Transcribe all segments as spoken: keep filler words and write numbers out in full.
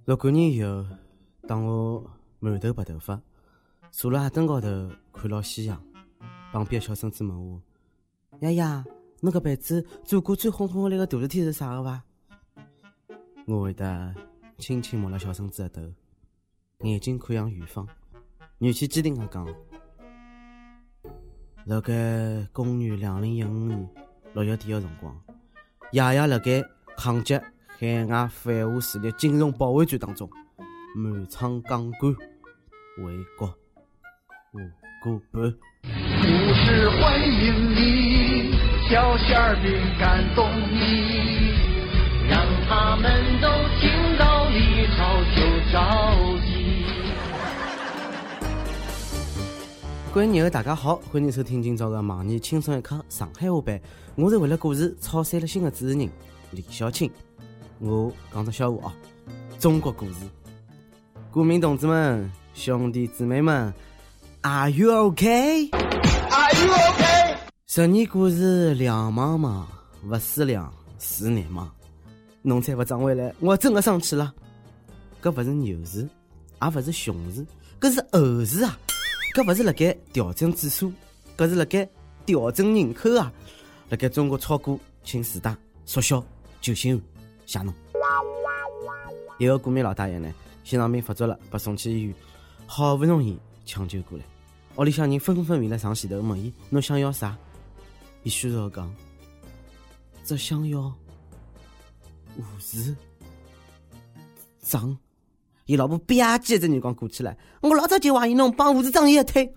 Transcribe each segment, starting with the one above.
若干年以后，当我满头白头发，坐辣矮凳高头看牢夕阳，旁边小孙子问我：“爷爷，侬搿辈子做过最轰轰烈烈个大事体是啥个伐？”我会得轻轻摸了小孙子的头，眼睛看向远方，语气坚定地讲：“辣盖公元两零一五年六月底个辰光，爷爷辣盖抗击海外反华势力金融保卫战当中，满仓杠杆，为国无过半。” 故事欢迎你，小馅饼感动你，让他们都听到离巢就着急。 各位朋友大家好，欢迎收听今朝的盲人轻松一刻上海话版，我是为了故事操碎了心的主持人李小青。我讲只笑话啊，中国故事，股民同志们、兄弟姊妹们 ，Are you OK？ Are you OK？ 十年故事两茫茫，勿思量，是难忘。侬再勿涨回来，我真的生气了。搿勿是牛市，也勿是熊市，搿是猴市啊！搿勿是辣盖调整指数，搿是辣盖调整人口啊！辣盖中国炒股，请自带缩小九千万，谢侬。一个股民老大爷呢，心脏病发作了，被送去医院，好不容易抢救过来，屋里向人纷纷围了上前头问伊：“侬想要啥？”伊虚弱讲：“只想要五十涨。”伊老婆吧唧一只眼光过去了，我老早就怀疑侬帮五十涨伊一推。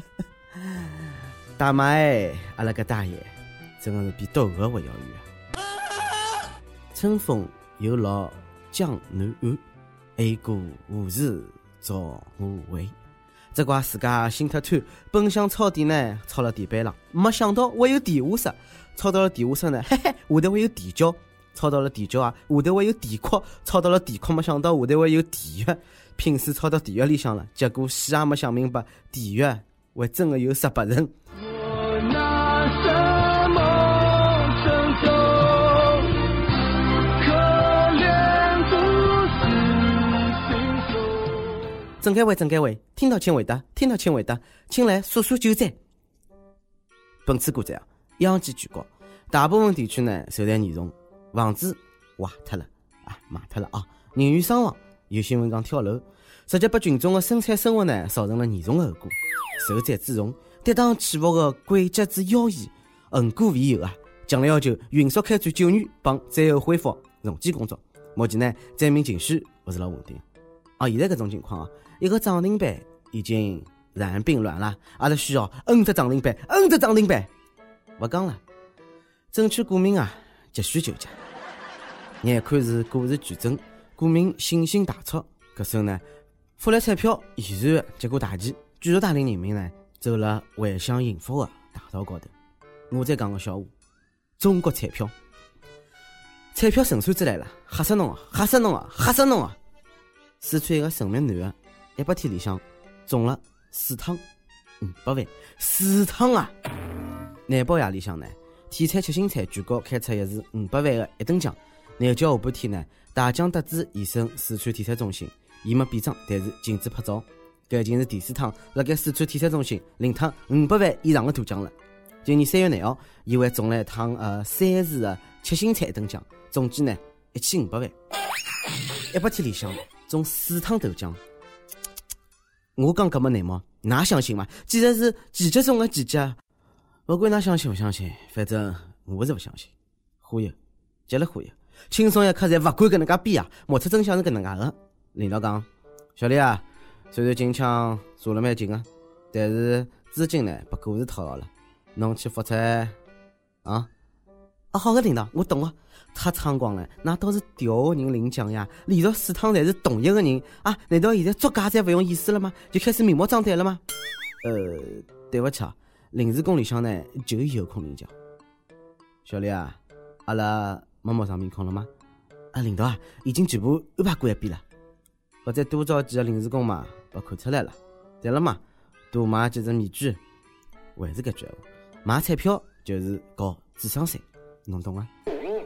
大妈哎，阿拉个大爷真的是比斗鹅还要远啊！春风又老江南岸，A 股何时找我回？只怪自家心太贪，本想抄底呢，抄了地板上，没想到还有地下室，抄到了地下室呢，嘿嘿，下头还有地窖。抄到了地窖啊，下头还有地壳，抄到了地壳，没想到下头还有地狱，拼死抄到地狱里向了，结果死也没想明白，地狱还真的有十八层。 我拿什么拯救可怜不是心手？ 郑开伟，郑开伟，听到请回答，听到请回答，请来速速救灾。本次股灾啊，殃及全国，大部分地区呢受灾严重。房子坏脱了啊，卖脱了啊，人员伤亡，有新闻讲跳楼，直接把群众的生产生活呢造成了严重的后果。受灾之重，跌宕起伏的轨迹之妖异，恒古未有啊！强烈要求迅速开展救援帮灾后恢复重建工作。目前呢，灾民情绪不是老稳定啊。现在搿种情况啊，一个涨停板已经然并卵了，阿拉需要 N 只涨停板 ，N 只涨停板。勿讲了，证券股民啊，急需救济。眼看是股市巨增，股民信心大挫，搿时候呢，发来彩票依然结果大吉，继续带领人民呢走了回乡幸福的大道高头。我再讲个笑话，中国彩票，彩票神算子来了，吓死侬啊，吓死侬啊，吓死侬啊！四川一个神秘男的，一百天里向中了四趟五百万，四趟啊！难保夜里向呢，体彩七星彩全国开出一是五百万的一等奖。南郊下半天呢，大奖得主现身四川体彩中心，伊没变装，但是禁止拍照。搿已经是第四趟辣盖四川体彩中心领趟五百万以上的大奖了。今年三月廿号，伊还中了一趟呃三十的七星彩一等奖，总计呢一千五百万。一百天里向中四趟头奖，我讲搿么难吗？㑚相信吗？简直是奇迹中的奇迹。勿管㑚相信勿相信，反正我是勿相信。忽悠，极力忽悠。轻松一刻侪勿管搿能介编啊，摸出真相是搿能介个。领导讲，小李啊，虽然金枪查了蛮紧个，但是资金呢被股市套牢了，侬去复彩啊？啊好个领导，我懂啊。太猖狂了，那倒是调个人领奖呀，连续四趟侪是同一个人啊？难道现在作假再勿用意思了吗？就开始明目张胆了吗？呃，对勿起啊，临时工里向呢就有空领奖。小李啊，阿拉没摸上面孔了吗？啊，领导啊，已经全部安排过一遍了。我再多招几个临时工嘛，被看出来了。对了嘛，多买几只面具。还是搿句话，买彩票就是搞智商税，侬懂啊？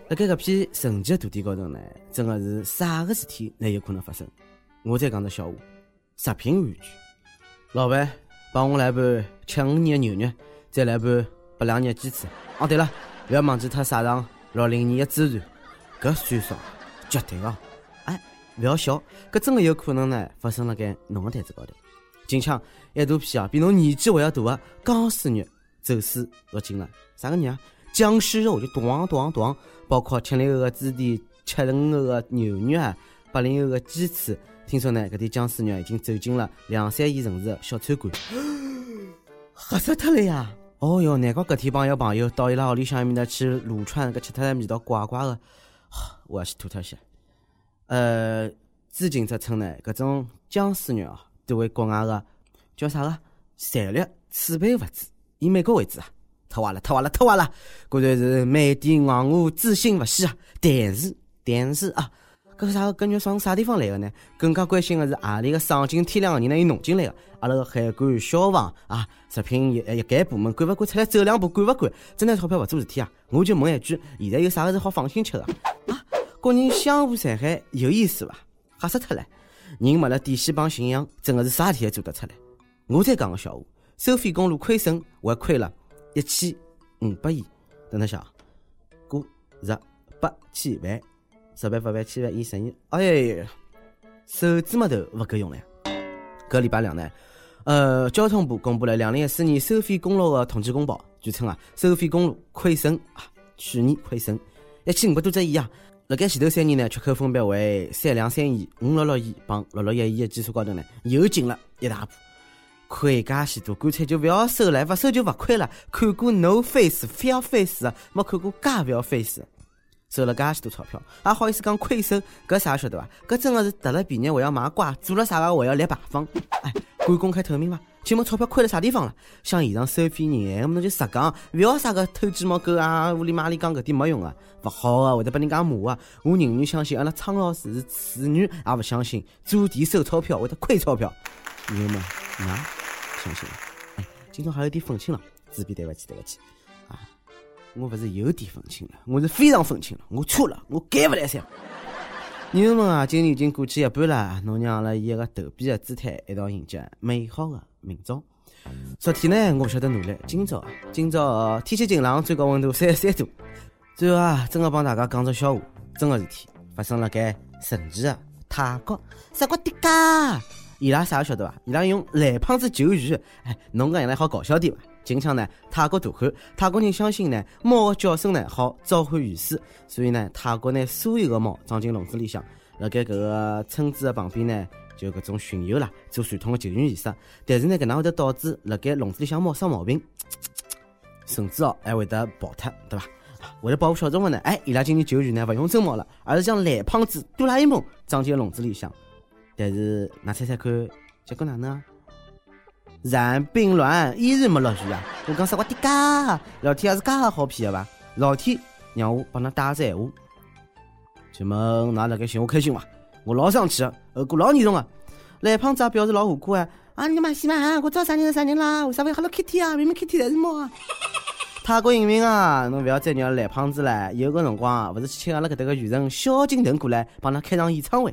辣盖搿片神奇的土地高头呢，真的是啥个事体侪有可能发生。我再讲个笑话，食品安全。老板，帮我来盘七五年的牛肉，再来盘八两年的鸡翅。哦，对了，不要忘记脱撒上六零年的孜然，搿算爽，绝对哦！哎，不要笑，搿真的有可能呢发生辣盖侬个台子高头。近腔一大批啊，比侬年纪还要大的钢丝肉走私入境了。啥个肉啊？僵尸肉就咚咚咚，包括七零后的猪蹄、七零后的牛肉啊，八零后的鸡翅。听说呢，搿点僵尸肉已经走进了两三线城市的小餐馆，吓死脱了呀！哦哟，难怪搿天帮一个朋友到伊拉屋里向埃面搭去撸串，搿吃脱的味道怪怪的，我要去吐脱些。呃，知警则称呢，搿种僵尸肉啊，都为国外的叫啥个战略储备物资，以美国为主啊。脱坏了，脱坏了，脱坏了！果然是美帝昂我自信勿息啊！但是，但是啊，搿啥个根据从啥地方来的呢？更加关心的是何里个丧尽天良的人呢？伊弄进来的？阿拉个海关、消防啊、食品一一概部门管勿管？出来走两步管勿管？真拿钞票勿做事体啊！我就问一句，现在有啥个是好放心吃的啊？国人相互残害有意思伐？吓死脱了！人没了底线帮信仰，真的是啥事体也做得出来。我再讲个笑话，收费公路亏损还亏了一千五百亿，等等下，过十八千万，十万八万千万亿乘以，哎呀，手指码头勿够用了呀！搿礼拜两呢，呃，交通部公布了二零一四年收费公路的统计公报，据称啊，收费公路亏损啊，去年亏损一千五百多只亿啊！辣盖前头三年呢，出口分别为三两三亿、五六六亿帮六六一亿的基础高头呢，又进了一大步。亏介许多，干脆就不要收了，不收就不亏了。看过 no face fair face 的，没看过介不要 face， 收了介许多钞票，还好意思讲亏损？搿啥晓得伐？搿真的是得了便宜还要卖瓜，做了啥个还要立牌坊？哎，敢公开透明伐？请问钞票亏了啥地方了？像现场收费人，侬就实讲，不要啥个偷鸡摸狗啊，屋里妈里讲搿点没用啊，勿好啊，会得拨人家骂啊。我宁愿相信阿拉苍老师是处女，也勿相信做题收钞票会得亏钞票。朋友们，啊？相信了，哎，今朝还有点愤青了，自闭对不起对不起啊！我不是有点愤青了，我是非常愤青了，我错了，我改不来噻。朋友们啊，今年已经过去一半了，侬让阿拉以一个逗比的姿态一道迎接美好的明朝。昨天呢，我不晓得努力，今朝今朝天气晴朗，最高温度三十三度。最后啊，真的帮大家讲个笑话，真的事体发生了该神奇的泰国，啥个的噶？伊拉啥晓得伐？伊拉用蓝胖子救鱼，哎，侬讲伊拉好搞笑点伐？近腔呢，泰国大旱，泰国人相信呢，猫的叫声呢好召唤雨水，所以呢，泰国呢所有的猫装进笼子里向，辣盖搿个村子的旁边呢，就搿种巡游啦，做传统的救援仪式。但是呢，搿能会得导致辣盖笼子里向猫生毛病，甚至哦还会得跑脱，对伐？为了保护小动物呢，哎，伊拉今年救援呢勿用真猫了，而是将蓝胖子哆啦 A 梦装进笼子里向。但是，㑚猜猜看，结果哪能啊？然并卵，依然没落雨啊！我讲啥话的噶？老天也是介好骗的伐？老天让我帮㑚打只闲话，请问㑚辣盖寻我开心伐？我老生气的，后果老严重的。蓝胖子也表示老无辜啊！啊，你妈西嘛，我知道啥人是啥人啦？为啥会 Hello Kitty 啊？明明 Kitty 才是猫啊！泰国人民啊，侬不要再让蓝胖子了，有个辰光不是请阿拉搿搭个雨神萧敬腾过来帮㑚开场演唱会。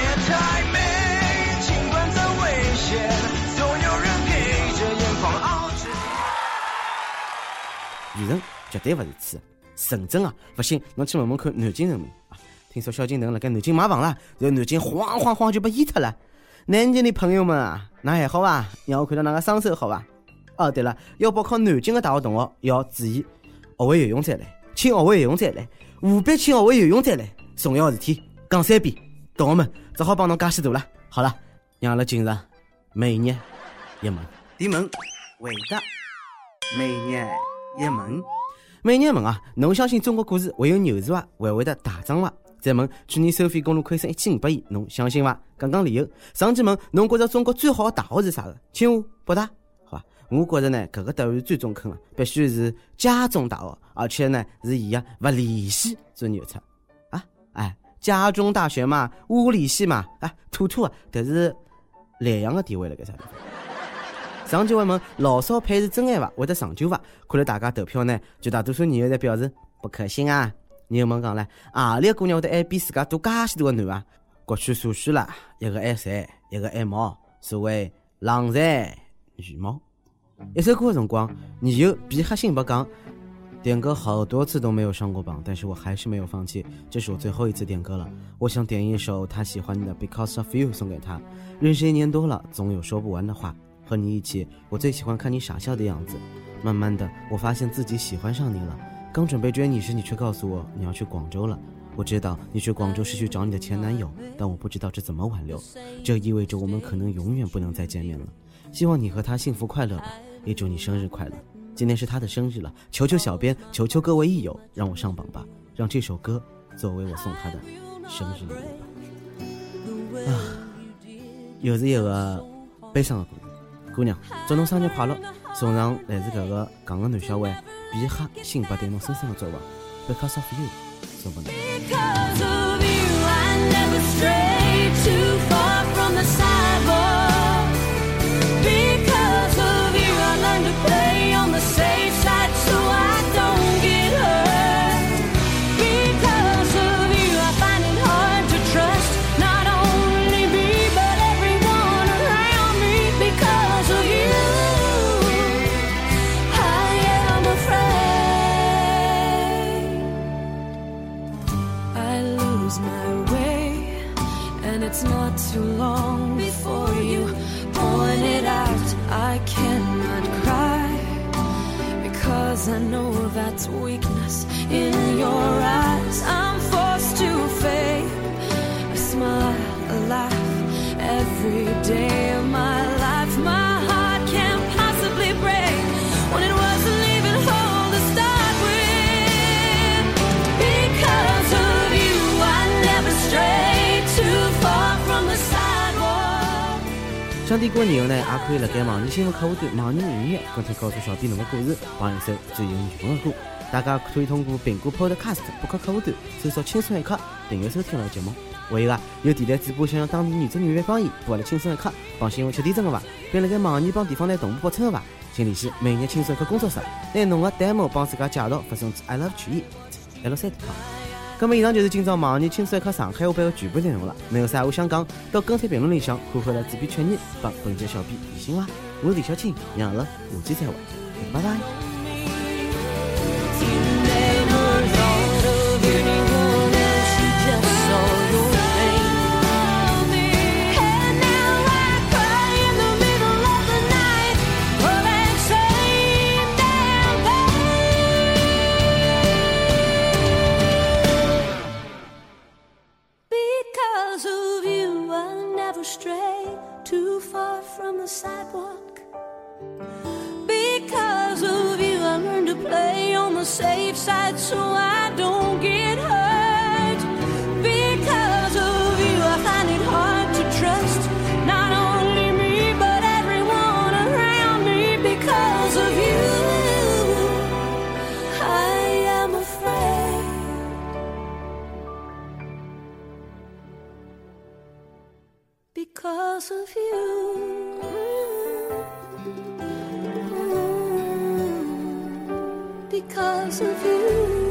雨神绝对不是痴的，纯正啊！不信侬去问问看南京人民啊！听说萧敬腾辣盖南京买房了，然后南京晃晃晃就被淹脱了。南京的朋友们啊，那还好吧？让我看到那个双手好吧？哦，对了，要报考南京的大学同学要注意，学会游泳再来，请学会游泳再来，务必请学会游泳再来。重要事体讲三遍，同学们只好帮侬加许多了。好了，让阿拉进入每日一问。第一问，回答每日一问。每日一问啊，侬相信中国股市会有牛市伐？会会得大涨伐？再问去年收费公路亏损一千五百亿，侬相信伐？讲讲理由。上期问侬觉着中国最好的大学是啥个？清华、北大，好吧？我觉着呢，搿个答案最中肯了，必须是加中大学，而且呢是以啊物理系专业出啊，哎，加中大学嘛，物理系嘛，啊，土土啊，但是莱阳的地位辣盖啥地方？上期问问老少配是真爱伐？会得长久伐？看来大家投票呢，绝大多数人侪表示不可信啊。 你又问讲唻，何里个姑娘会得爱比自家多介许多个男啊？各取所需啦，一个爱财，一个爱貌，所谓郎才女貌。一首歌的辰光，你又比黑心不讲，点歌好多次都没有上过榜，但是我还是没有放弃，这是我最后一次点歌了。我想点一首他喜欢的 Because of You 送给他。认识一年多了，总有说不完的话。和你一起，我最喜欢看你傻笑的样子。慢慢的，我发现自己喜欢上你了。刚准备追你时，你却告诉我你要去广州了。我知道你去广州是去找你的前男友，但我不知道这怎么挽留。这意味着我们可能永远不能再见面了。希望你和他幸福快乐吧，也祝你生日快乐。今天是他的生日了，求求小编，求求各位益友，让我上榜吧，让这首歌作为我送他的生日礼物吧。啊，又是一个悲伤的故事。姑娘，祝侬生日快乐！送上来自搿个港个男小孩比黑心不对侬深深的作望 Because of You 送给侬。 Because of you I never strayed too far from the sidewalk. Because of you I learned to play on the safe side so I don't get hurt. Because of you I find it hard to trust not only me but everyone around me. Because of you I am afraid I lose my way, and it's not too long before you point it out. I cannot cry because I know that's weakness in your eyes. I'm forced to fake a smile, a laugh every day of my life. My heart can't possibly break when it wasn't even whole to start with. Because of you I never strayed too far from the sidewalk. 想点歌的友呢，也可以辣盖网易新闻客户端、网易云音乐跟帖告诉小编侬的故事，帮一首最有缘分的歌。大家可以通过苹果 Podcast 播客客户端搜索轻松一刻订阅收听我的节目。还有啊，有电台主播想让当地原汁原味方言播了轻松一刻，帮新闻吃点真的伐？并辣盖网易帮地方台同步播出的伐？请联系每日轻松一刻工作室，拿侬的 demo 帮自家介绍发送至 I love 曲艺 L 三 点com。咁么以上就是今朝网易轻松一刻上海话版的全部内容了。没有啥话想讲，到跟帖评论里向看看来主编确认帮本节小编提醒伐。我是李小青，让阿拉下期再会，拜拜。 Stray too far from the sidewalk. Because of you I learned to play on the safe side so I don't get hurt. Because of you I find it hard to trust not only me but everyone around me. Because of you I am afraid. Because of you, because of you.